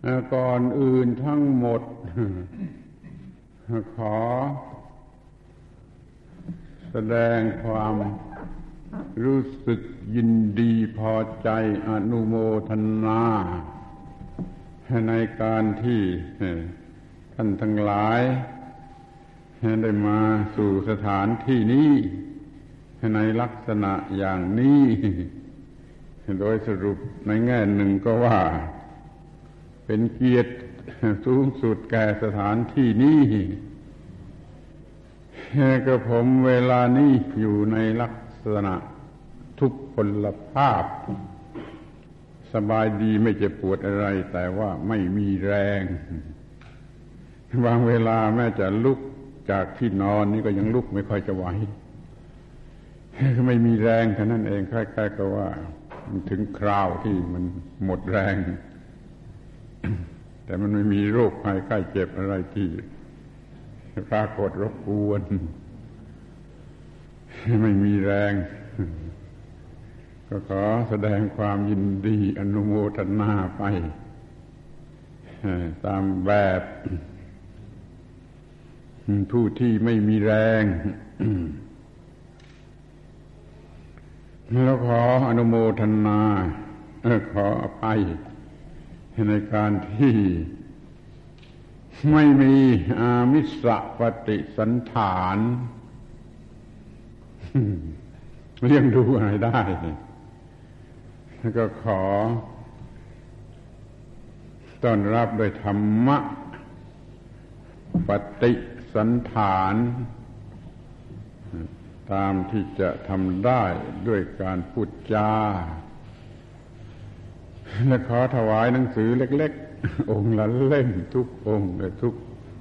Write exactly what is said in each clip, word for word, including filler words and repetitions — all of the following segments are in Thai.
ก่อนอื่นทั้งหมดขอแสดงความรู้สึกยินดีพอใจอนุโมทนาในการที่ท่านทั้งหลายได้มาสู่สถานที่นี้ในลักษณะอย่างนี้โดยสรุปในแง่หนึ่งก็ว่าเป็นเกียรติสูงสุดแก่สถานที่นี้กระผมเวลานี้อยู่ในลักษณะทุกพลภาพสบายดีไม่เจ็บปวดอะไรแต่ว่าไม่มีแรงบางเวลาแม้จะลุกจากที่นอนนี่ก็ยังลุกไม่ค่อยจะไหวไม่มีแรงเท่านั้นเองคล้ายๆกับว่ามันถึงคราวที่มันหมดแรงแต่มันไม่มีโรคภัยไข้เจ็บอะไรที่ปรากฏรบกวนไม่มีแรงก็ขอแสดงความยินดีอนุโมทนาไปตามแบบผู้ที่ไม่มีแรงแล้วขออนุโมทนาขออภัยในการที่ไม่มีอามิสปฏิสันฐานเลี้ยงดูอะไรได้แล้วก็ขอต้อนรับโดยธรรมะปฏิสันฐานตามที่จะทำได้ด้วยการพูดจาและขอถวายหนังสือเล็กๆองค์ละเล่มทุกองค์และทุก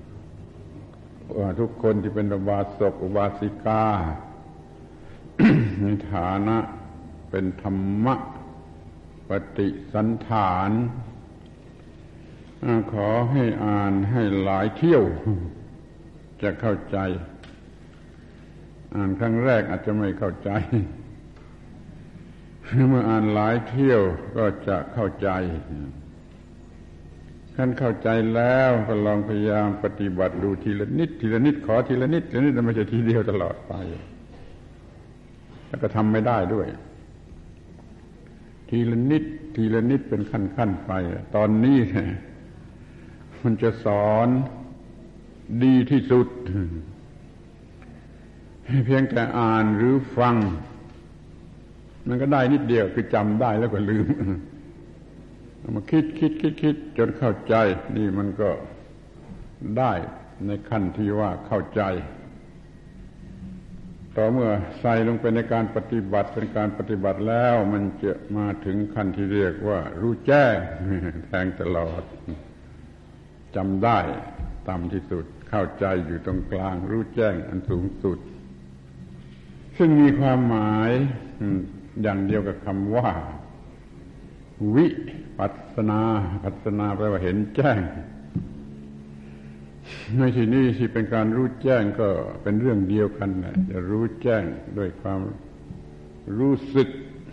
ทุกคนที่เป็นอุบาสกอุบาสิกาในฐานะเป็นธรรมะปฏิสันฐานขอให้อ่านให้หลายเที่ยวจะเข้าใจอ่านครั้งแรกอาจจะไม่เข้าใจเมื่ออ่านหลายเที่ยวก็จะเข้าใจขั้นเข้าใจแล้วก็ลองพยายามปฏิบัติดูทีละนิดทีละนิดขอทีละนิดทีละนิดไม่ใช่ทีเดียวตลอดไปแล้วก็ทำไม่ได้ด้วยทีละนิดทีละนิดเป็นขั้นๆไปตอนนี้มันจะสอนดีที่สุดเพียงแต่อ่านหรือฟังมันก็ได้นิดเดียวคือจำได้แล้วก็ลืมมาคิดคิดคิดคิดจนเข้าใจนี่มันก็ได้ในขั้นที่ว่าเข้าใจต่อเมื่อใส่ลงไปในการปฏิบัติเป็นการปฏิบัติแล้วมันจะมาถึงขั้นที่เรียกว่ารู้แจ้งแทงตลอดจำได้ต่ำที่สุดเข้าใจอยู่ตรงกลางรู้แจ้งอันสูงสุดซึ่งมีความหมายอย่างเดียวกับคำว่าวิปัสสนาปัสสนาแปลว่าเห็นแจ้งในที่นี้ที่เป็นการรู้แจ้งก็เป็นเรื่องเดียวกันนะจะรู้แจ้งด้วยความรู้สึก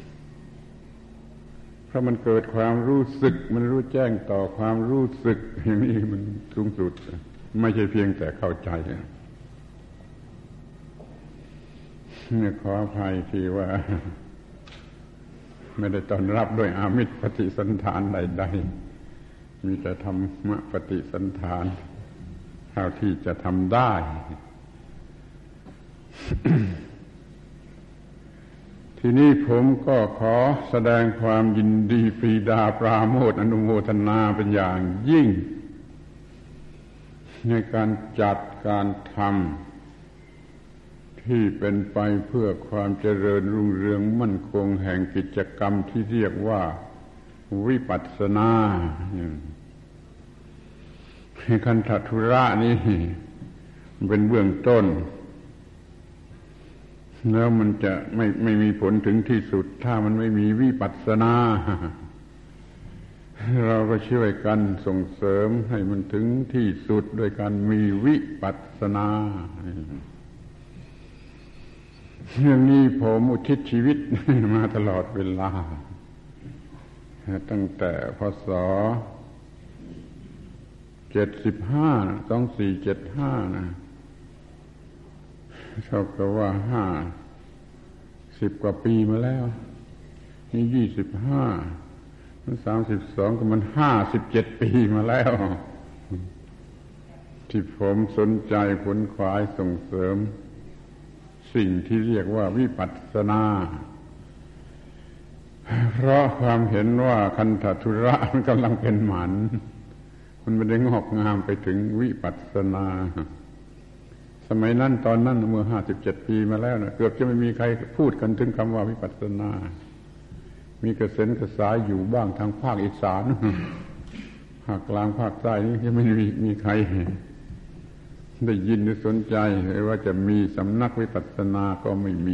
เพราะมันเกิดความรู้สึกมันรู้แจ้งต่อความรู้สึกอย่างนี้มันสูงสุดไม่ใช่เพียงแต่เข้าใจเนี่ยขออภัยที่ว่าไม่ได้ต้อนรับด้วยอามิสปฏิสันฐานใดๆมีแต่ธรรมะปฏิสันฐานเท่าที่จะทำได้ ทีนี้ผมก็ขอแสดงความยินดีปรีดาปราโมทย์อนุโมทนาเป็นอย่างยิ่งในการจัดการทำที่เป็นไปเพื่อความเจริญรุ่งเรืองมั่นคงแห่งกิจกรรมที่เรียกว่าวิปัสสนาคันธทุระนี่เป็นเบื้องต้นแล้วมันจะไม่ไม่มีผลถึงที่สุดถ้ามันไม่มีวิปัสสนาเราก็ช่วยกันส่งเสริมให้มันถึงที่สุดโดยการมีวิปัสสนาเรื่องนี้ผมอุทิศชีวิตมาตลอดเวลาตั้งแต่พศเจ็ดสิบห้าสองสี่เจ็ดห้านะเท่ากับว่าห้าสิบกว่าปีมาแล้วนี่ยี่สิบห้ามันสามสิบสองก็มันห้าสิบเจ็ดปีมาแล้วที่ผมสนใจขวนขวายส่งเสริมสิ่งที่เรียกว่าวิปัสสนาเพราะความเห็นว่าคันธทุระมันกำลังเป็นหมันมันไม่ได้งอกงามไปถึงวิปัสสนาสมัยนั้นตอนนั้นเมื่อห้าสิบเจ็ดปีมาแล้วนะเกือบจะไม่มีใครพูดกันถึงคำว่าวิปัสสนามีกระเซ็นกระสายอยู่บ้างทางภาคอีสานภาคกลางภาคใต้นี่ยังไม่มีมีใครได้ยินหรือสนใจเลยว่าจะมีสำนักวิปัสสนาก็ไม่มี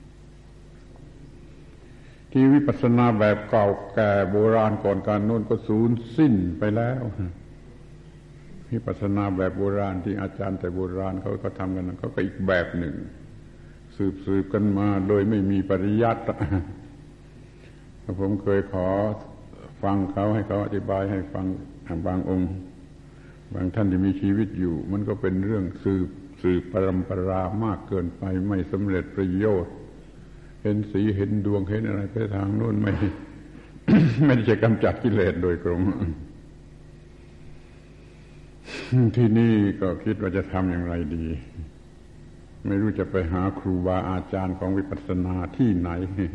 ที่วิปัสสนาแบบเก่าแก่โบราณก่อนการโน้นก็สูญสิ้นไปแล้ววิปัสสนาแบบโบราณที่อาจารย์แต่โบราณเขาก็ทำกันเขาก็อีกแบบหนึ่งสืบสืบกันมาโดยไม่มีปริยัติผมเคยขอฟังเขาให้เขาอธิบายให้ฟังบางองค์บางท่านที่มีชีวิตอยู่มันก็เป็นเรื่องสืบสืบปรำปรามากเกินไปไม่สำเร็จประโยชน์เห็นสีเห็นดวงเห็นอะไรไปทางโน้นไม่ ไม่ได้จะกำจัดกิเลสโดยตรงที่นี่ก็คิดว่าจะทำอย่างไรดีไม่รู้จะไปหาครูบาอาจารย์ของวิปัสสนาที่ไหน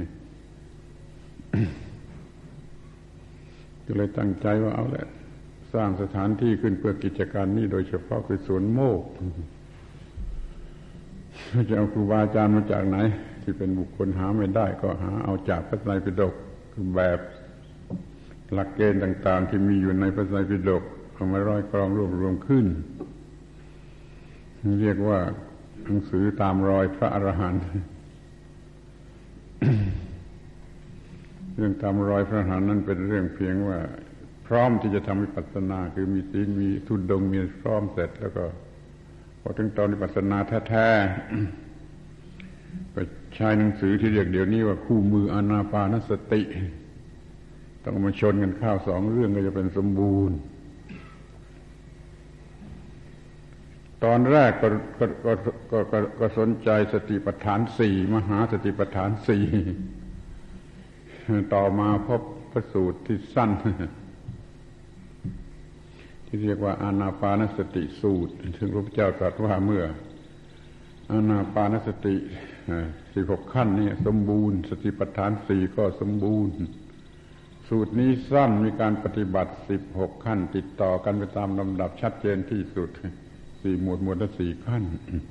ก็เลยตั้งใจว่าเอาแหละสร้างสถานที่ขึ้นเพื่อกิจการนี้โดยเฉพาะคือสวนโมกข์จะเอาครูบาอาจารย์มาจากไหนที่เป็นบุคคลหาไม่ได้ก็หาเอาจากพระไตรปิฎกคือแบบหลักเกณฑ์ต่างๆที่มีอยู่ในพระไตรปิฎกเอามาร้อยกรองรวบรวมขึ้นเรียกว่าหนังสือตามรอยพระอรหันต์ เรื่องตามรอยพระอรหันต์นั้นเป็นเรื่องเพียงว่าพร้อมที่จะทำวิปัสสนาคือมีศีลมีทุดงค์มีพร้อมเสร็จแล้วก็พอถึงตอนวิปัสสนาแท้ๆก็ใช้หนังสือที่เรียกเดี๋ยวนี้ว่าคู่มืออานาปานสติต้องมาชนกันข้าวสองเรื่องก็จะเป็นสมบูรณ์ตอนแรกก็ก็ก็ก็ก็ก็สนใจสติปัฏฐานสี่มหาสติปัฏฐานสี่ต่อมาพบพระสูตรที่สั้นที่เรียกว่าอานาปานสติสูตรซึ่งพระพุทธเจ้าตรัสว่าเมื่ออานาปานสติสิบหกขั้นนี่สมบูรณ์สติปัฏฐานสี่ก็สมบูรณ์สูตรนี้สั้นมีการปฏิบัติสิบหกขั้นติดต่อกันไปตามลำดับชัดเจนที่สุดสี่หมวดหมวดละสี่ขั้น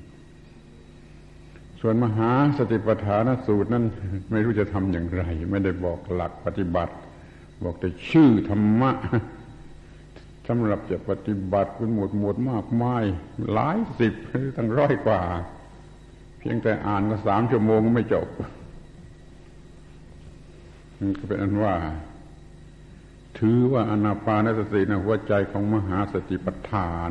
ส่วนมหาสติปัฏฐานสูตรนั้นไม่รู้จะทำอย่างไรไม่ได้บอกหลักปฏิบัติบอกแต่ชื่อธรรมะสำหรับจะปฏิบัติเป็นหมวดหมวดมากมายหลายสิบตั้งร้อยกว่าเพียงแต่อ่านก็สามชั่วโมงไม่จบมันก็เป็นอันว่าถือว่าอานาปานสตินะหัวใจของมหาสติปัฏฐาน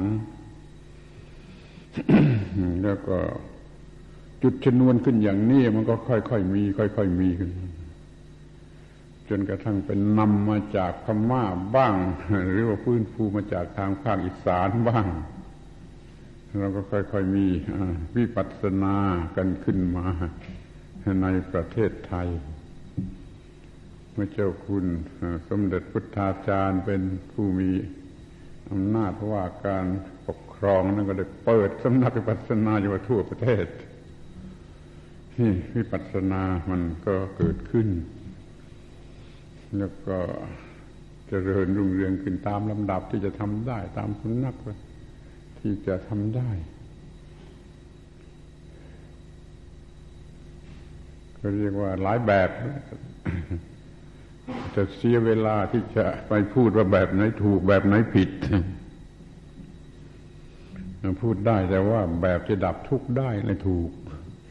แล้วก็จุดชนวนขึ้นอย่างนี้มันก็ค่อยๆมีค่อยๆมีขึ้นจนกระทั่งเป็นนำมาจากพม่าบ้างหรือว่าฟื้นฟูมาจากทางภาคอีสานบ้างเราก็ค่อยๆมีวิปัสสนากันขึ้นมาในประเทศไทยเมื่อเจ้าคุณสมเด็จพุทธาจารย์เป็นผู้มีอำนาจว่าการปกครองนั่นก็ได้เปิดสำนักวิปัสสนาอยู่ทั่วประเทศที่วิปัสสนามันก็เกิดขึ้นแล้วก็เจริญรุ่งเรืองขึ้นตามลำดับที่จะทำได้ตามสำนักที่จะทำได้ก็เรียกว่าหลายแบบจะเสียเวลาที่จะไปพูดว่าแบบไหนถูกแบบไหนผิดพูดได้แต่ว่าแบบจะดับทุกข์ได้เลยถูก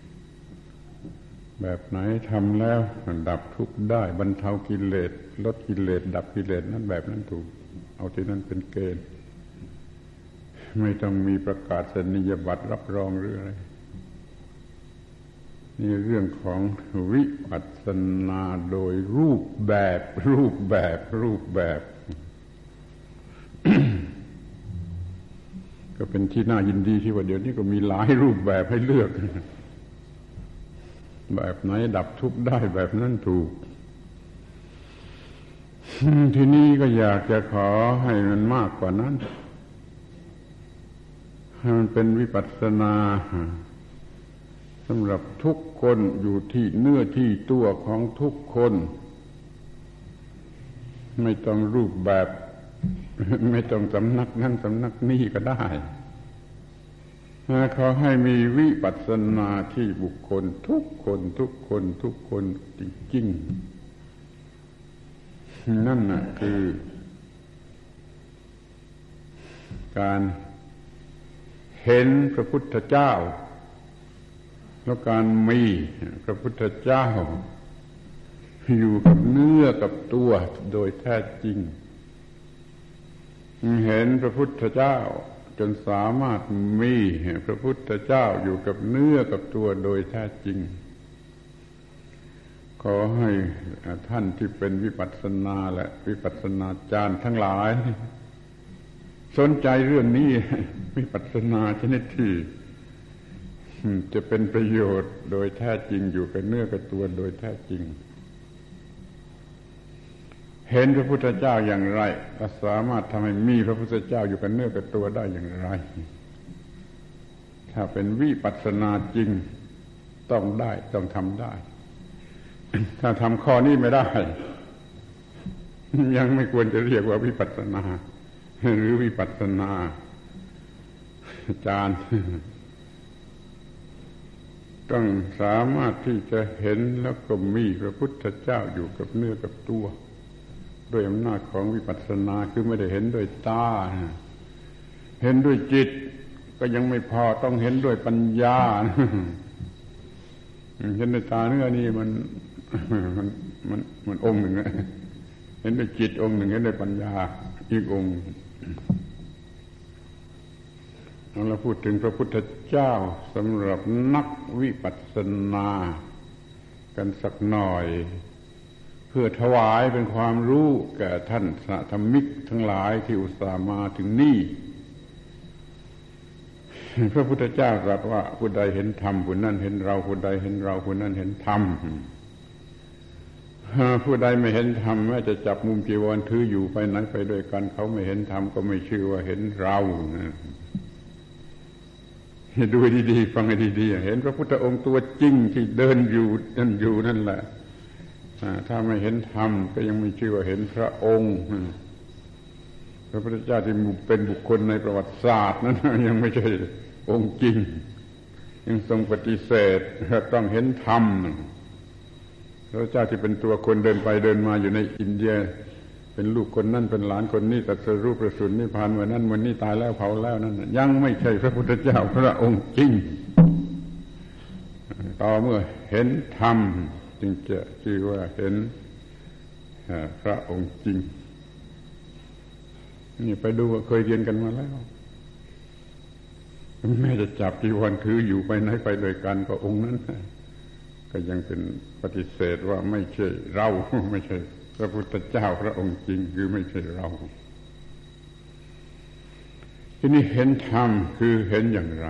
แบบไหนทำแล้วดับทุกข์ได้บรรเทากิเลสลดกิเลสดับกิเลสนั้นแบบนั้นถูกเอาที่นั้นเป็นเกณฑ์ไม่ต้องมีประกาศนียบัตรรับรองหรืออะไรนี่เรื่องของวิปัสสนาโดยรูปแบบรูปแบบรูปแบบก็เป็นที่น่ายินดีที่ว่าเดี๋ยวนี้ก็มีหลายรูปแบบให้เลือกแบบไหนดับทุกข์ได้แบบนั้นถูกทีนี้ก็อยากจะขอให้มันมากกว่านั้นให้มันเป็นวิปัสสนาสำหรับทุกคนอยู่ที่เนื้อที่ตัวของทุกคนไม่ต้องรูปแบบไม่ต้องสำนักนั้นสำนักนี้ก็ได้ขอให้มีวิปัสสนาที่บุคคลทุกคนทุกคนทุกคนจริงๆนั่นน่ะคือการเห็นพระพุทธเจ้าแล้วการมีพระพุทธเจ้าอยู่กับเนื้อกับตัวโดยแท้จริงเห็นพระพุทธเจ้าจนสามารถมีพระพุทธเจ้าอยู่กับเนื้อกับตัวโดยแท้จริงขอให้ท่านที่เป็นวิปัสสนาและวิปัสสนาจารย์ทั้งหลายสนใจเรื่องนี้วิปัสสนาชนิดที่จะเป็นประโยชน์โดยแท้จริงอยู่กับเนื้อกับตัวโดยแท้จริงเห็นพระพุทธเจ้าอย่างไรก็สามารถทำให้มีพระพุทธเจ้าอยู่กับเนื้อกับตัวได้อย่างไรถ้าเป็นวิปัสสนาจริงต้องได้ต้องทำได้ถ้าทำข้อนี้ไม่ได้ยังไม่ควรจะเรียกว่าวิปัสสนาหรือวิปัสสนาจารย์ต้องสามารถที่จะเห็นแล้วก็มีพระพุทธเจ้าอยู่กับเนื้อกับตัวด้วยอำนาจของวิปัสสนาคือไม่ได้เห็นด้วยตาเห็นด้วยจิตก็ยังไม่พอต้องเห็นด้วยปัญญาเห็นด้วยตาเนื้อนี่มันมันมันมันองค์หนึ่งเห็นด้วยจิตองค์หนึ่งเห็นด้วยปัญญาอีกองค์เราพูดถึงพระพุทธเจ้าสำหรับนักวิปัสสนากันสักหน่อยเพื่อถวายเป็นความรู้แก่ท่านสาธมิกทั้งหลายที่อุตส่าห์มาถึงนี่พระพุทธเจ้าตรัสว่าผู้ใดเห็นธรรมผู้นั้นเห็นเราผู้ใดเห็นเราผู้นั้นเห็นธรรมผู้ใดไม่เห็นธรรมแม้จะจับมุมจีวรถืออยู่ไปไหนไปด้วยกันเขาไม่เห็นธรรมก็ไม่ชื่อว่าเห็นเราดูดีๆฟังให้ดีๆเห็นพระพุทธองค์ตัวจริงที่เดินอยู่นั่นอยู่นั่นแหละถ้าไม่เห็นธรรมก็ยังไม่ชื่อว่าเห็นพระองค์พระพุทธเจ้าที่เป็นบุคคลในประวัติศาสตร์นั้นยังไม่ใช่องค์จริงยังทรงปฏิเสธต้องเห็นธรรมพระเจ้าที่เป็นตัวคนเดินไปเดินมาอยู่ในอินเดียเป็นลูกคนนั่นเป็นหลานคนนี้ตรัสรู้ประสูตินิพพานวันนั้นวันนี้ตายแล้วเผาแล้วนั่นยังไม่ใช่พระพุทธเจ้าพระองค์จริงต่อเมื่อเห็นธรรมจึงจะชื่อว่าเห็นพระองค์จริงนี่ไปดูเคยเรียนกันมาแล้วแม้จะจับจีวรถืออยู่ไปไหนไปด้วยกันก็องค์นั้นก็ยังเป็นปฏิเสธว่าไม่ใช่เราไม่ใช่พระพุทธเจ้าพระองค์จริงคือไม่ใช่เราทีนี้เห็นธรรมคือเห็นอย่างไร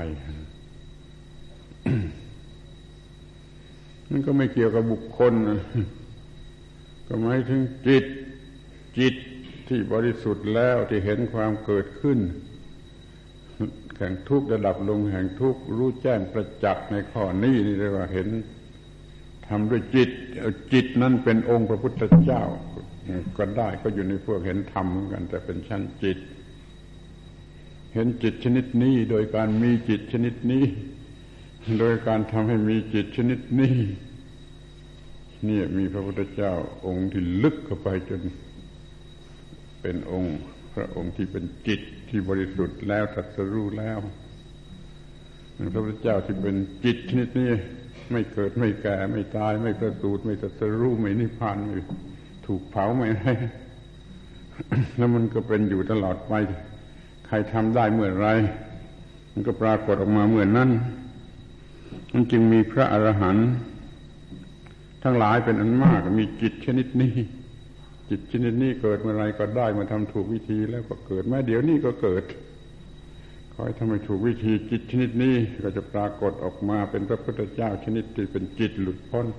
นั่นก็ไม่เกี่ยวกับบุคคลก็หมายถึงจิตจิตที่บริสุทธิ์แล้วที่เห็นความเกิดขึ้นแห่งทุกข์ระดับลงแห่งทุกข์รู้แจ้งประจักษ์ในข้อนี้นี่เรียกว่าเห็นทำด้วยจิตจิตนั้นเป็นองค์พระพุทธเจ้าก็ได้ก็อยู่ในพวกเห็นธรรมเหมือนกันแต่เป็นชั้นจิตเห็นจิตชนิดนี้โดยการมีจิตชนิดนี้โดยการทำให้มีจิตชนิดนี้นี่มีพระพุทธเจ้าองค์ที่ลึกเข้าไปจนเป็นองค์พระองค์ที่เป็นจิตที่บริสุทธิ์แล้วตรัสรู้แล้วพระพุทธเจ้าที่เป็นจิตชนิดนี้ไม่เกิดไม่แก่ไม่ตายไม่ประสูติไม่ตรัสรู้ไม่นิพพานไม่ถูกเผาไม่อะไรแล้วมันก็เป็นอยู่ตลอดไปใครทำได้เมื่อไรมันก็ปรากฏออกมาเมื่อนั้นมันจึงมีพระอรหันต์ทั้งหลายเป็นอันมากมีจิตชนิดนี้จิตชนิดนี้เกิดเมื่อไรก็ได้มาทำถูกวิธีแล้วก็เกิดแม้เดี๋ยวนี้ก็เกิดขขอให้ทำให้ถูกวิธีจิตชนิดนี้ก็จะปรากฏออกมาเป็นพระพุทธเจ้าชนิดที่เป็นจิตหลุดพ้น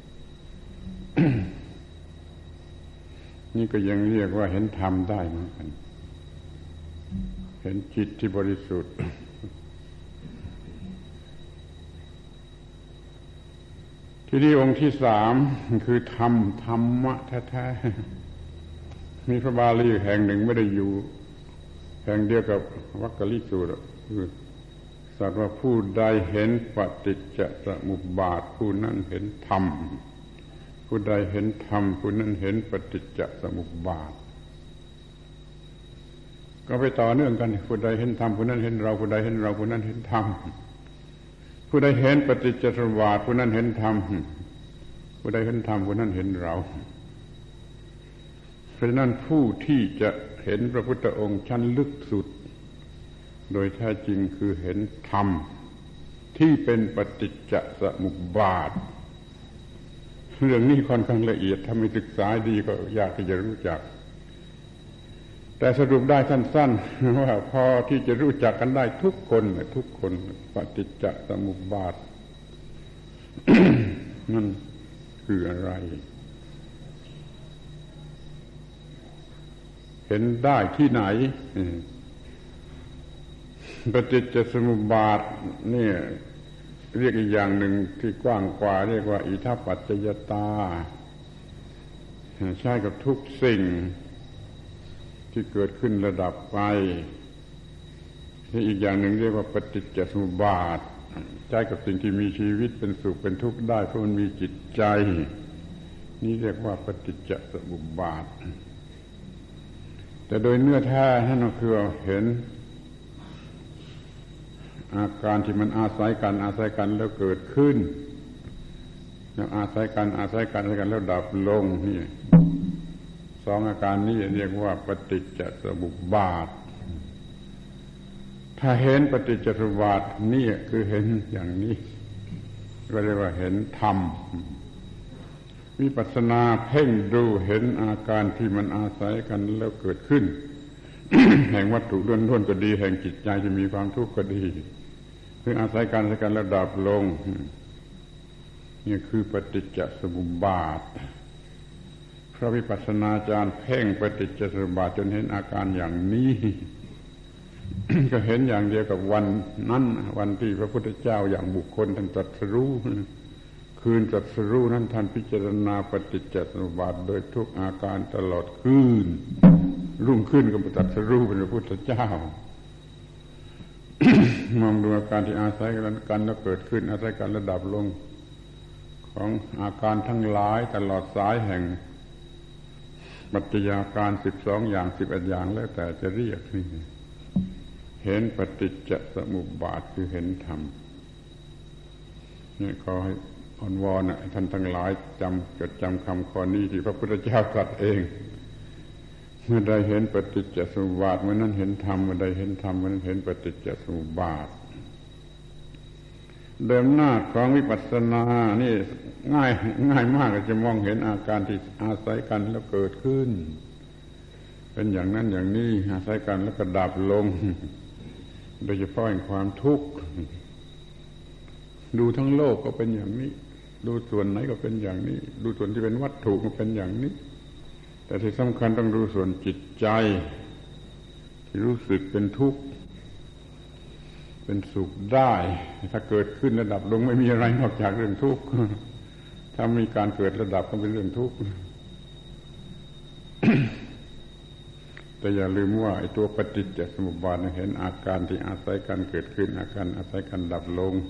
นี่ก็ยังเรียกว่าเห็นธรรมได้เหมือนกันเห็นจิตที่บริสุทธิ์ ที่นี่องค์ที่สามคือธรรมธรรมะแท้ๆมีพระบาลีแห่งหนึ่งไม่ได้อยู่แห่งเดียวกับวรรคลิสูตรคือสัตว์ว่าผู้ใดเห็นปฏิจจสมุปบาทผู้นั้นเห็นธรรมผู้ใดเห็นธรรมผู้นั้นเห็นปฏิจจสมุปบาทก็ไปต่อเนื่องกันผู้ใดเห็นธรรมผู้นั้นเห็นเราผู้ใดเห็นเราผู้นั้นเห็นธรรมผู้ใดเห็นปฏิจจสมุปบาทผู้นั้นเห็นธรรมผู้ใดเห็นธรรมผู้นั้นเห็นเราเพราะฉะนั้นผู้ที่จะเห็นพระพุทธองค์ชั้นลึกสุดโดยแท้จริงคือเห็นธรรมที่เป็นปฏิจจสมุปบาทเรื่องนี้ค่อนข้างละเอียดถ้าไม่ศึกษาดีก็ยากที่จะรู้จักแต่สรุปได้สั้นๆว่าพอที่จะรู้จักกันได้ทุกคนทุกคนปฏิจจสมุปบาท นั่นคืออะไรเห็นได้ที่ไหนปฏิจจสมุปบาทนี่เรียกอีกอย่างหนึ่งที่กว้างกว่าเรียกว่าอิทัปปัจจยตาใช้กับทุกสิ่งที่เกิดขึ้นระดับไปที่อีกอย่างหนึ่งเรียกว่าปฏิจจสมุปบาทใช้กับสิ่งที่มีชีวิตเป็นสุขเป็นทุกข์ได้เพราะมันมีจิตใจนี่เรียกว่าปฏิจจสมุปบาทแต่โดยเนื้อแท้นั่นก็คือเห็นอาการที่มันอาศัยกันอาศัยกันแล้วเกิดขึ้นแล้วอาศัยกันอาศัยกันอาศัยกันแล้วดับลงนี่สองอาการนี้เรียกว่าปฏิจจสมุปบาทถ้าเห็นปฏิจจสมุปบาทนี่คือเห็นอย่างนี้ก็เรียกว่าเห็นธรรมวิปัสสนาเพ่งดูเห็นอาการที่มันอาศัยกันแล้วเกิดขึ้น แห่งวัตถุล้วนๆก็ดีแห่งจิตใจที่มีความทุกข์ก็ดีคืออาศัยกันอาศัยกันแล้วดับลงนี่คือปฏิจจสมุปบาทพระวิปัสสนาจารย์เพ่งปฏิจจสมุปบาทจนเห็นอาการอย่างนี้ ก็เห็นอย่างเดียวกับวันนั้นวันที่พระพุทธเจ้าอย่างบุคคลท่านตรัสรู้คืนตรัสรู้นั้นท่านพิจารณาปฏิจจสมุปบาทโดยทุกอาการตลอดคืนรุ่งขึ้นก็ตรัสรู้เป็นพระพุทธเจ้า มองดูอาการที่อาศัยกันกันแล้วเกิดขึ้นอาศัยกันแล้วดับลงของอาการทั้งหลายตลอดสายแห่งปัจจัยาการสิบสองอย่างสิบเอ็ดอย่างแล้วแต่จะเรียกนี่เห็นปฏิจจสมุปบาทคือเห็นธรรมนี่ขอให้อ่อนวอนนะท่านทั้งหลายจำจดจำคำข้อนี้ที่พระพุทธเจ้าตรัสเองเมื่อใดเห็นปฏิจจสมุปบาทเมื่อนั้นเห็นธรรมเมื่อใดเห็นธรรมเมื่อนั้นเห็นปฏิจจสมุปบาทเดิมหน้าของวิปัสสนานี่ง่ายง่ายมากจะมองเห็นอาการที่อาศัยกันแล้วเกิดขึ้นเป็นอย่างนั้นอย่างนี้อาศัยกันแล้วก็ดับลงโดยเฉพาะแห่งความทุกข์ดูทั้งโลกก็เป็นอย่างนี้ดูส่วนไหนก็เป็นอย่างนี้ดูส่วนที่เป็นวัตถุก็เป็นอย่างนี้แต่ที่สำคัญต้องดูส่วนจิตใจที่รู้สึกเป็นทุกข์เป็นสุขได้ถ้าเกิดขึ้นระดับลงไม่มีอะไรนอกจากเรื่องทุกข์ถ้ามีการเกิดระดับก็เป็นเรื่องทุกข์ แต่อย่าลืมว่าไอ้ตัวปฏิจจสมุปบาทเห็นอาการที่อาศัยกันเกิดขึ้นอาการอาศัยกันดับลง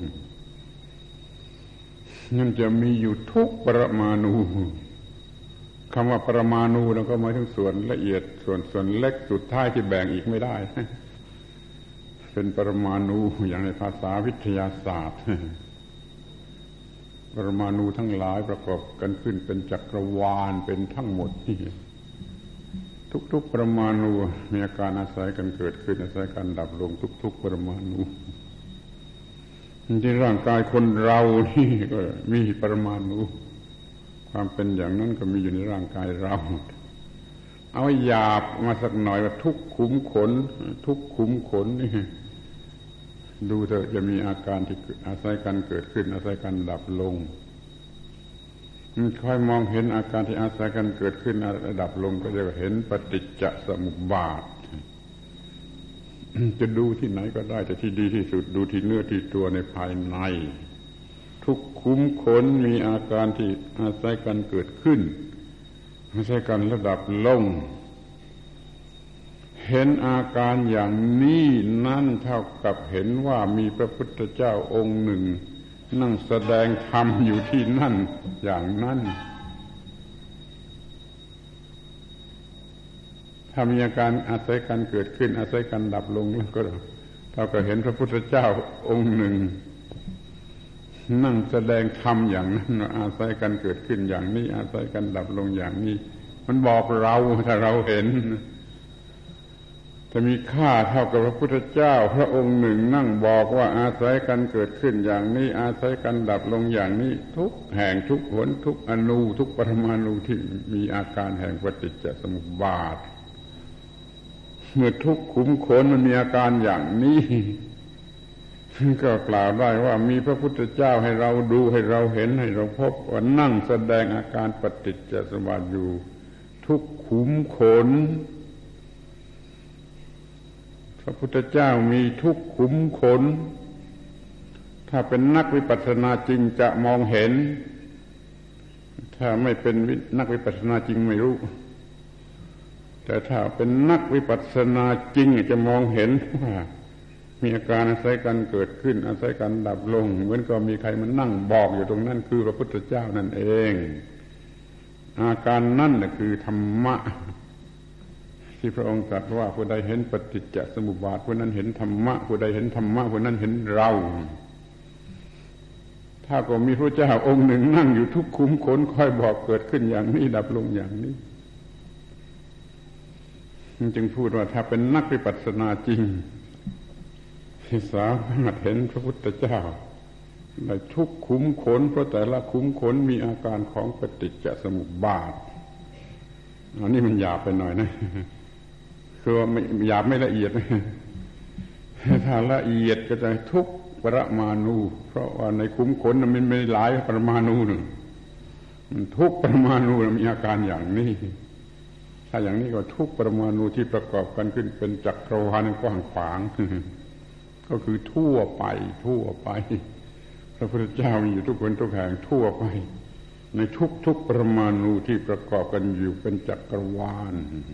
นั่นจะมีอยู่ทุกปรมาณูคำว่าปรมาณูแล้วก็หมายถึงส่วนละเอียดส่วนส่วนเล็กสุดท้ายที่แบ่งอีกไม่ได้เป็นปรมาณูอย่างในภาษาวิทยาศาสตร์ปรมาณูทั้งหลายประกอบกันขึ้นเป็นจักรวาลเป็นทั้งหมดนี่ทุกๆปรมาณูมีอาการอาศัยกันเกิดขึ้นอาศัยกันดับลงทุกๆปรมาณูที่ร่างกายคนเรานี่ก็มีปรมาณูความเป็นอย่างนั้นก็มีอยู่ในร่างกายเราเอาหยาบมาสักหน่อยว่าทุกขุมขนทุกขุมขนนี่ดูเถอะจะมีอาการที่อาศัยกันเกิดขึ้นอาศัยกันดับลงค่อยมองเห็นอาการที่อาศัยกันเกิดขึ้นดับลงก็จะเห็นปฏิจจสมุปบาทจะดูที่ไหนก็ได้แต่ที่ดีที่สุดดูที่เนื้อที่ตัวในภายในทุกคุ้มขนมีอาการที่อาศัยกันเกิดขึ้นอาศัยกันระดับลงเห็นอาการอย่างนี้นั่นเท่ากับเห็นว่ามีพระพุทธเจ้าองค์หนึ่งนั่งแสดงธรรมอยู่ที่นั่นอย่างนั้นถ้ามีอาการอาศัยกันเกิดขึ้นอาศัยกันดับลงแล้วก็เท่ากับเห็นพระพุทธเจ้าองค์หนึ่งนั่งแสดงธรรมอย่างนั้นอาศัยกันเกิดขึ้นอย่างนี้อาศัยกันดับลงอย่างนี้มันบอกเราถ้าเราเห็นจะมีค่าเท่ากับพระพุทธเจ้าพระองค์หนึ่งนั่งบอกว่าอาศัยกันเกิดขึ้นอย่างนี้อาศัยกันดับลงอย่างนี้ทุกแห่งทุกหนทุกอนูทุกปรมาณูที่มีอาการแห่งปฏิจจสมุปบาทเมื่อทุกขุมขนมันมีอาการอย่างนี้ก็กล่าวได้ว่ามีพระพุทธเจ้าให้เราดูให้เราเห็นให้เราพบว่านั่งแสดงอาการปฏิจจสมุปบาทอยู่ทุกขุมขนพระพุทธเจ้ามีทุกขุมขนถ้าเป็นนักวิปัสสนาจริงจะมองเห็นถ้าไม่เป็นนักวิปัสสนาจริงไม่รู้แต่ถ้าเป็นนักวิปัสสนาจริงจะมองเห็นว่ามีอาการอาศัยกันเกิดขึ้นอาศัยกันดับลงเหมือนกับมีใครมานั่งบอกอยู่ตรงนั้นคือพระพุทธเจ้านั่นเองอาการนั่นน่ะคือธรรมะที่พระองค์ตรัสว่าผู้ใดเห็นปฏิจจสมุปบาทผู้นั้นเห็นธรรมะผู้ใดเห็นธรรมะผู้นั้นเห็นเราถ้าก็มีพระเจ้าองค์หนึ่งนั่งอยู่ทุกขุมขนคอยบอกเกิดขึ้นอย่างนี้ดับลงอย่างนี้จึงพูดว่าถ้าเป็นนักวิปัสสนาจริงที่สามารถเห็นพระพุทธเจ้าในทุกขุมขนเพราะแต่ละขุมขนมีอาการของปฏิจจสมุปบาทอันนี้มันหยาบไปหน่อยนะคือว่าไม่หยาบไม่ละเอียดถ้าละเอียดก็จะทุกปรมาณูเพราะว่าในขุมขนมันไม่หลายปรมาณูหนึ่งมันทุกปรมาณูมีอาการอย่างนี้ถ้าอย่างนี้ก็ทุกปรมาณูที่ประกอบกันขึ้นเป็นจักรวาลกว้างขวางก็คือทั่วไปทั่วไปพระพุทธเจ้ามีอยู่ทุกคนทุกแห่งทั่วไปในทุกๆปรมาณูที่ประกอบกันอยู่เป็นจักรวาล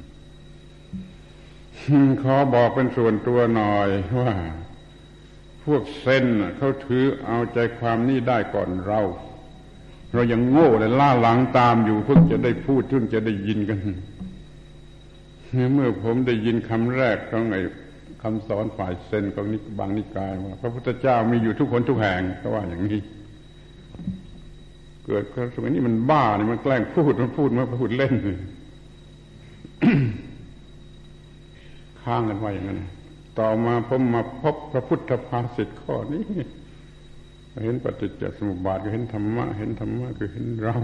ขอบอกเป็นส่วนตัวหน่อยว่าพวกเซนเขาถือเอาใจความนี้ได้ก่อนเราเรายังโง่และล่าหลังตามอยู่เพิ่งจะได้พูดเพิ่งจะได้ยินกันเมื่อผมได้ยินคำแรกของไอ้คำสอนฝ่ายเซนของนิบางนิกายว่าพระพุทธเจ้ามีอยู่ทุกคนทุกแห่งก็ว่าอย่างนี้เกิดความสมัยนี้มันบ้าเนี่ยมันแกล้งพูดมันพูดมาพูดเล่น ข้างกันว่าอย่างนั้นต่อมาผมมาพบพระพุทธภาษิตข้อนี้เห็นปฏิจจสมุปบาทก็เห็นธรรมะเห็นธรรมะคือเห็นเรา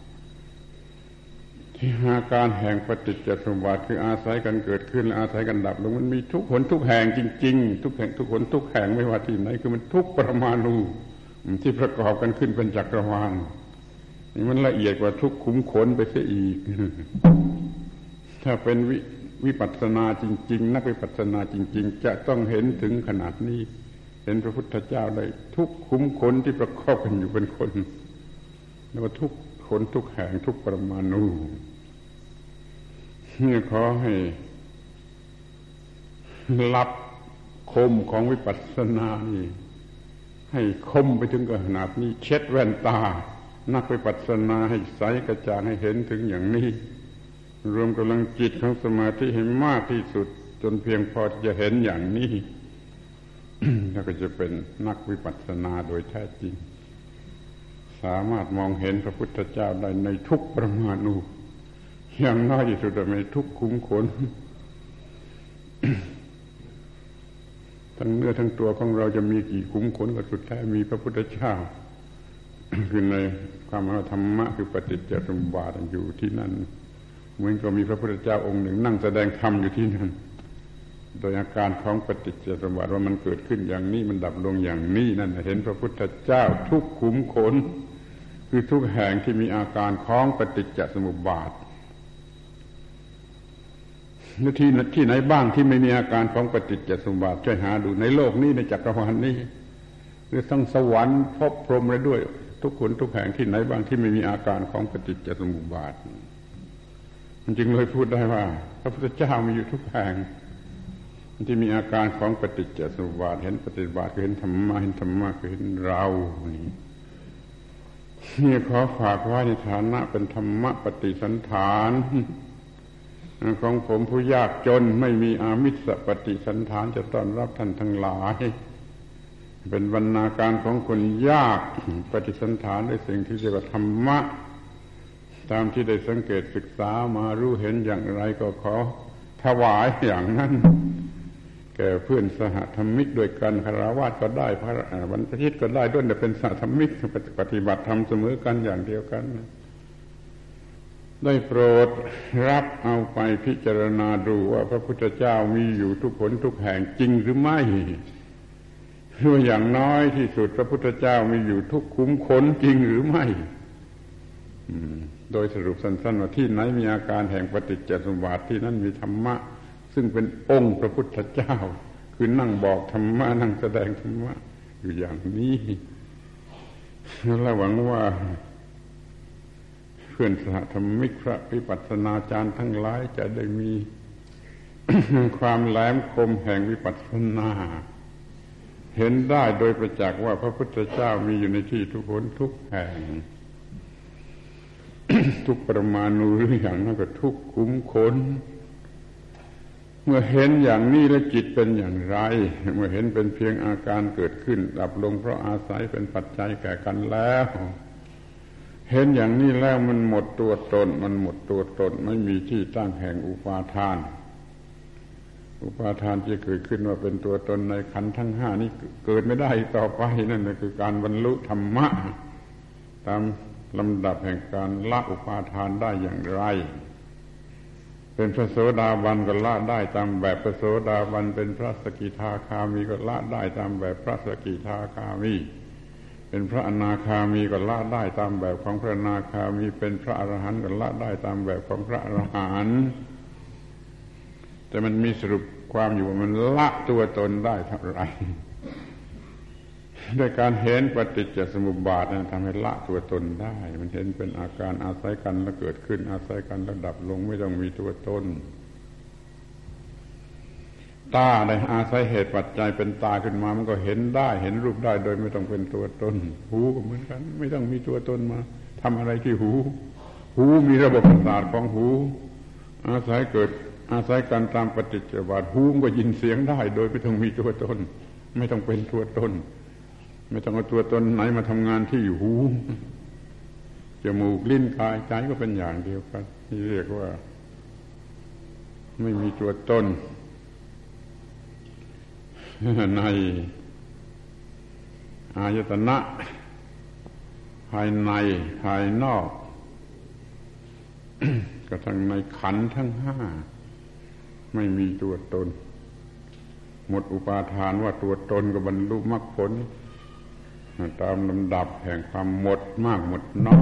ที่อาการแห่งปฏิจจสมุปบาทคืออาศัยกันเกิดขึ้นและอาศัยกันดับลงมันมีทุกหนทุกแห่งจริงๆทุกแห่งทุกหนทุกแห่งไม่ว่าที่ไหนคือมันทุกปรมาณูที่ประกอบกันขึ้นเป็นจักรวาลนี่มันละเอียดกว่าทุกขุมขนไปเสียอีกถ้าเป็นวิวิปัสสนาจริงๆนักวิปัสสนาจริงๆจะต้องเห็นถึงขนาดนี้เห็นพระพุทธเจ้าได้ทุกขุมขนที่ประกอบกันอยู่เป็นคนแล้วก็ทุกขนทุกแห่งทุกปรมาณูนี่ขอให้รับคมของวิปัสสนานี่ให้คมไปถึงขนาดนี้เช็ดแว่นตานักวิปัสสนาให้ใสกระจ่างให้เห็นถึงอย่างนี้รวมกำลังจิตของสมาธิให้มากที่สุดจนเพียงพอที่จะเห็นอย่างนี้ แล้วก็จะเป็นนักวิปัสสนาโดยแท้จริงสามารถมองเห็นพระพุทธเจ้าได้ในทุกปรมาณูอย่างน้อยที่สุดในทุกขุมขน ทั้งเนื้อทั้งตัวของเราจะมีกี่ขุมขนก็สุดแท้มีพระพุทธเจ้า คือในความหมายธรรมะคือปฏิจจสมุปบาทอยู่ที่นั่นเหมือนกับมีพระพุทธเจ้าองค์หนึ่งนั่งแสดงธรรมอยู่ที่นั่นโดยอาการของปฏิจจสมุปบาทว่ามันเกิดขึ้นอย่างนี้มันดับลงอย่างนี้นั่นเห็นพระพุทธเจ้าทุกขุมขนคือทุกแห่งที่มีอาการของปฏิจจสมุปบาทที่ที่ไหนบ้างที่ไม่มีอาการของปฏิจจสมุปบาทช่วยหาดูในโลกนี้ในจักรวาลนี้หรือทั้งสวรรค์ภพพรหมอะไรด้วยทุกคนทุกแห่งที่ไหนบ้างที่ไม่มีอาการของปฏิจจสมุปบาทมันจึงเลยพูดได้ว่าพระพุทธเจ้ามีอยู่ทุกแห่งที่มีอาการของปฏิจจสมุปบาทเห็นปฏิจจสมุปบาทก็เห็นธรรมะเห็นธรรมะก็เห็นเรานี่นี่ขอฝากไว้ในฐานะเป็นธรรมะปฏิสันฐานของผมผู้ยากจนไม่มีอามิสปฏิสันฐานจะต้อนรับท่านทั้งหลายเป็นบรรณาการของคนยากปฏิสันฐานด้วยสิ่งที่เรียกว่าธรรมะตามที่ได้สังเกตศึกษามารู้เห็นอย่างไรก็ขอถวายอย่างนั้นแก่เพื่อนสหธรรมิกด้วยกันคฤหัสถ์ก็ได้พระบรรพชิตก็ได้ด้วยแต่เป็นสหธรรมิกปฏิบัติธรรมเสมอกันอย่างเดียวกันได้โปรดรับเอาไปพิจารณาดูว่าพระพุทธเจ้ามีอยู่ทุกคนทุกแห่งจริงหรือไม่หรืออย่างน้อยที่สุดพระพุทธเจ้ามีอยู่ทุกขุมขนจริงหรือไม่โดยสรุปสั้นๆว่าที่ไหนมีอาการแห่งปฏิจจสมุปบาทที่นั่นมีธรรมะซึ่งเป็นองค์พระพุทธเจ้าคือนั่งบอกธรรมะนั่งแสดงธรรมะอยู่อย่างนี้และหวังว่าเพื่อนสหธรรมิกพระวิปัสสนาจารย์ทั้งหลายจะได้มี ความแหลมคมแห่งวิปัสสนาเห็นได้โดยประจักษ์ว่าพระพุทธเจ้ามีอยู่ในที่ทุกคนทุกแห่ง ทุกปรมาณูหรืออย่างนั้นก็ทุกขุมขนเมื่อเห็นอย่างนี้แล้วจิตเป็นอย่างไรเมื่อเห็นเป็นเพียงอาการเกิดขึ้นดับลงเพราะอาศัยเป็นปัจจัยแก่กันแล้วเห็นอย่างนี้แล้วมันหมดตัวตนมันหมดตัวตนไม่มีที่ตั้งแห่งอุปาทานอุปาทานที่เกิดขึ้นว่าเป็นตัวตนในขันธ์ทั้งห้านี้เกิดไม่ได้ต่อไปนั่นคือการบรรลุธรรมะตามลำดับแห่งการละอุปาทานได้อย่างไรเป็นพระโสดาบันก็ละได้ตามแบบพระโสดาบันเป็นพระสกิทาคามีก็ละได้ตามแบบพระสกิทาคามีเป็นพระอนาคามีก็ละได้ตามแบบของพระอนาคามีเป็นพระอรหันต์ก็ละได้ตามแบบของพระอรหันต์แต่มันมีสรุปความอยู่ว่ามันละตัวตนได้เท่าไหร่ด้วยการเห็นปฏิจจสมุปบาทนั้นทำให้ละตัวตนได้มันเห็นเป็นอาการอาศัยกันแล้วเกิดขึ้นอาศัยกันแล้วดับลงไม่ต้องมีตัวตนตาได้อาศัยเหตุปัจจัยเป็นตาขึ้นมามันก็เห็นได้เห็นรูปได้โดยไม่ต้องเป็นตัวตนหูก็เหมือนกันไม่ต้องมีตัวตนมาทำอะไรที่หูหูมีระบบประสาทของหูอาศัยเกิดอาศัยกันตามปฏิจจสมุปบาทหูก็ยินเสียงได้โดยไม่ต้องมีตัวตนไม่ต้องเป็นตัวตนไม่ต้องเอาตัวตนไหนมาทำงานที่หูจมูกลิ้นกายใจก็เป็นอย่างเดียวกันที่เรียกว่าไม่มีตัวตนในอายตนะภายในภายนอกกระทั่งในขันธ์ทั้งห้าไม่มีตัวตนหมดอุปาทานว่าตัวตนก็บรรลุมรรคผลตามลำดับแห่งความหมดมากหมดน้อย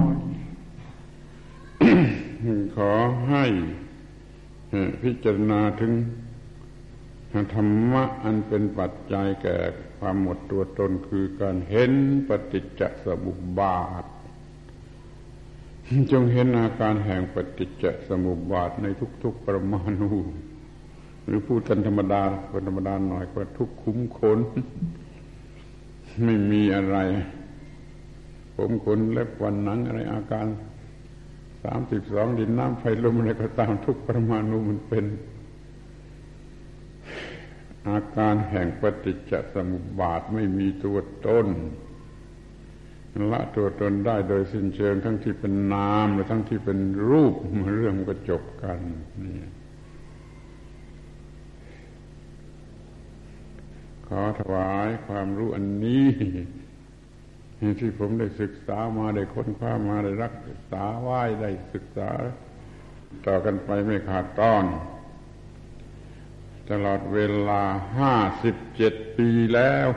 ขอให้พิจารณาถึงธรรมะอันเป็นปัจจัยแก่ความหมดตัวตนคือการเห็นปฏิจจสมุปบาทจงเห็นอาการแห่งปฏิจจสมุปบาทในทุกๆปรมาณูหรือพูดกันธรรมดาคนธรรมดาหน่อยก็ทุกขุมขนไม่มีอะไรผมขนเล็บฟันหนังอะไรอาการสามสิบสองดินน้ำไฟลมอะไรก็ตามทุกปรมาณูมันเป็นอาการแห่งปฏิจจสมุปบาทไม่มีตัวตนละตัวตนได้โดยสิ้นเชิงทั้งที่เป็นนามและทั้งที่เป็นรูปเรื่องก็จบกันนี่ขอถวายความรู้อันนี้ที่ผมได้ศึกษามาได้ค้นคว้ามาได้รักษาไว้ได้ศึกษาต่อกันไปไม่ขาดตอนตลอดเวลาห้าสิบเจ็ดปีแล้ว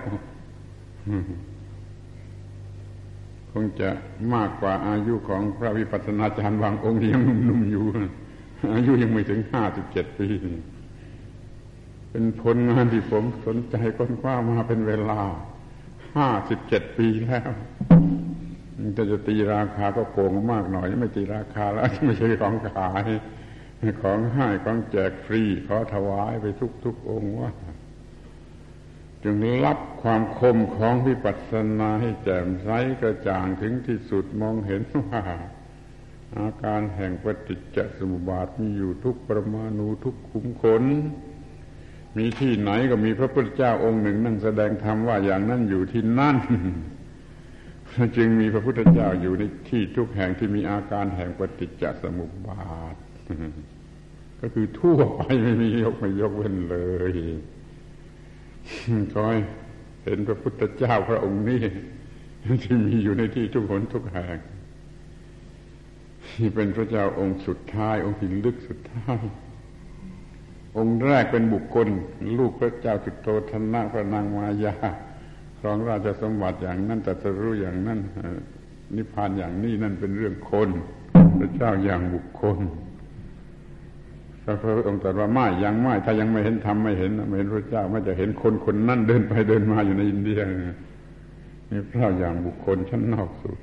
คงจะมากกว่าอายุของพระวิปัสสนาจารย์บางองค์ที่ยังหนุ่มๆอยู่อายุยังไม่ถึงห้าสิบเจ็ดปีเป็นผลงานที่ผมสนใจค้นคว้ามาเป็นเวลาห้าสิบเจ็ดปีแล้วถ้าจะตีราคาก็โกงมากหน่อยไม่ตีราคาแล้วไม่ใช่ของขายของให้ของแจกฟรีขอถวายไปทุกๆองค์ว่าจึงรับความคมของวิปัสสนาให้แจ่มใสกระจ่างถึงที่สุดมองเห็นว่าอาการแห่งปฏิจจสมุปบาทมีอยู่ทุกปรมาณูทุกขุมขนมีที่ไหนก็มีพระพุทธเจ้าองค์หนึ่งนั่งแสดงธรรมว่าอย่างนั้นอยู่ที่นั่นจึงมีพระพุทธเจ้าอยู่ในที่ทุกแห่งที่มีอาการแห่งปฏิจจสมุปบาทก็คือทั่วไปไม่มียกไม่ยกเว้นเลยคอยเห็นพระพุทธเจ้าพระองค์นี้ที่มีอยู่ในที่ทุกคนทุกแห่งที่เป็นพระเจ้าองค์สุดท้ายองค์ที่ลึกสุดท้ายองค์แรกเป็นบุคคลลูกพระเจ้าสุโธทนะพระนางมายาครองราชสมบัติอย่างนั้นตรัสรู้อย่างนั้นนิพพานอย่างนี้นั่นเป็นเรื่องคนพระเจ้าอย่างบุคคลพระองค์ตรัสว่าไม่ยังไม่ถ้ายังไม่เห็นธรรมไม่เห็นไม่เห็นพระเจ้าไม่จะเห็นคนคนนั้นเดินไปเดินมาอยู่ในอินเดียนี่พระอย่างบุคคลชั้นนอกสุด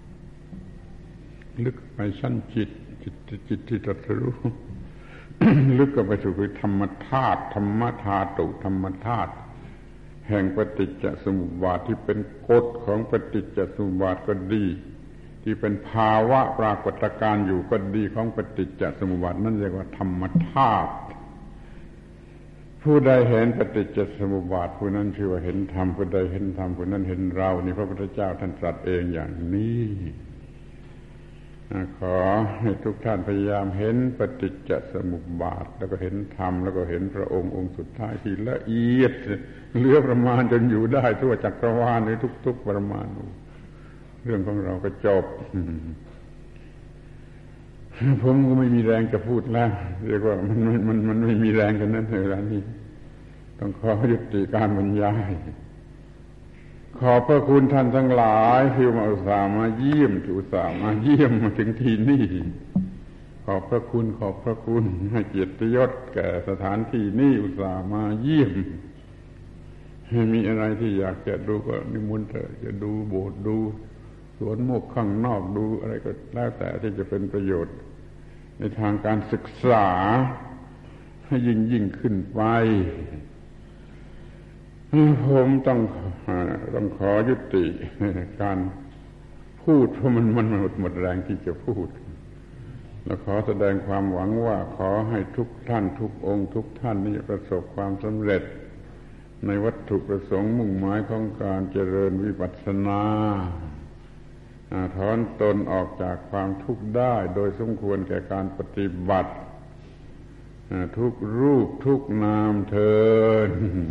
ลึกไปชั้นจิตจิตจิตที่ตรัสรู้ลึกก็ไปสู่คือธรรมธาตุธรรมธาตุธรรมธาตุแห่งปฏิจจสมุปบาทที่เป็นกฎของปฏิจจสมุปบาทก็ดีที่เป็นภาวะปรากฏการณ์อยู่ก็ดีของปฏิจจสมุปบาทนั่นเรียกว่าธรรมธาตุผู้ใดเห็นปฏิจจสมุปบาทผู้นั้นชื่อว่าเห็นธรรมผู้ใดเห็นธรรมผู้นั้นเห็นเรานี่พระพุทธเจ้าท่านตรัสเองอย่างนี้ขอให้ทุกท่านพยายามเห็นปฏิจจสมุปบาทแล้วก็เห็นธรรมแล้วก็เห็นพระองค์องค์สุดท้ายที่ละเอียดเหลือประมาณจนอยู่ได้ทั่วจักรวาลในทุกๆประมาณเรื่องของเราก็จบผมก็ไม่มีแรงจะพูดแล้วเรียกว่ามันมันมันไม่มีแรงกันนั้นในเวลานี้ต้องขอยุติการบรรยายขอบพระคุณท่านทั้งหลายที่มาอุตส่าห์มาเยี่ยมที่อุตส่าห์มาเยี่ยมมาถึงที่นี่ขอบพระคุณขอบพระคุณให้เกียรติยศแก่สถานที่นี้อุตส่าห์มาเยี่ยมมีอะไรที่อยากจะดูก็นิมนต์เถอะจะดูโบสถ์ดูสวนโมกข์ข้างนอกดูอะไรก็แล้วแต่ที่จะเป็นประโยชน์ในทางการศึกษาให้ยิ่งยิ่งขึ้นไปผมต้องต้องขอยุติการพูดเพราะมันมันหมดหมดแรงที่จะพูดและขอแสดงความหวังว่าขอให้ทุกท่านทุกองค์ทุกท่านนี้ประสบความสำเร็จในวัตถุประสงค์มุ่งหมายของการเจริญวิปัสสนาถอนตนออกจากความทุกข์ได้โดยสมควรแก่การปฏิบัติทุกรูปทุกนามเถิด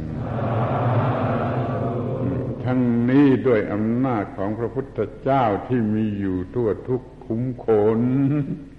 ทั้งนี้ด้วยอำนาจของพระพุทธเจ้าที่มีอยู่ทั่วทุกขุมขน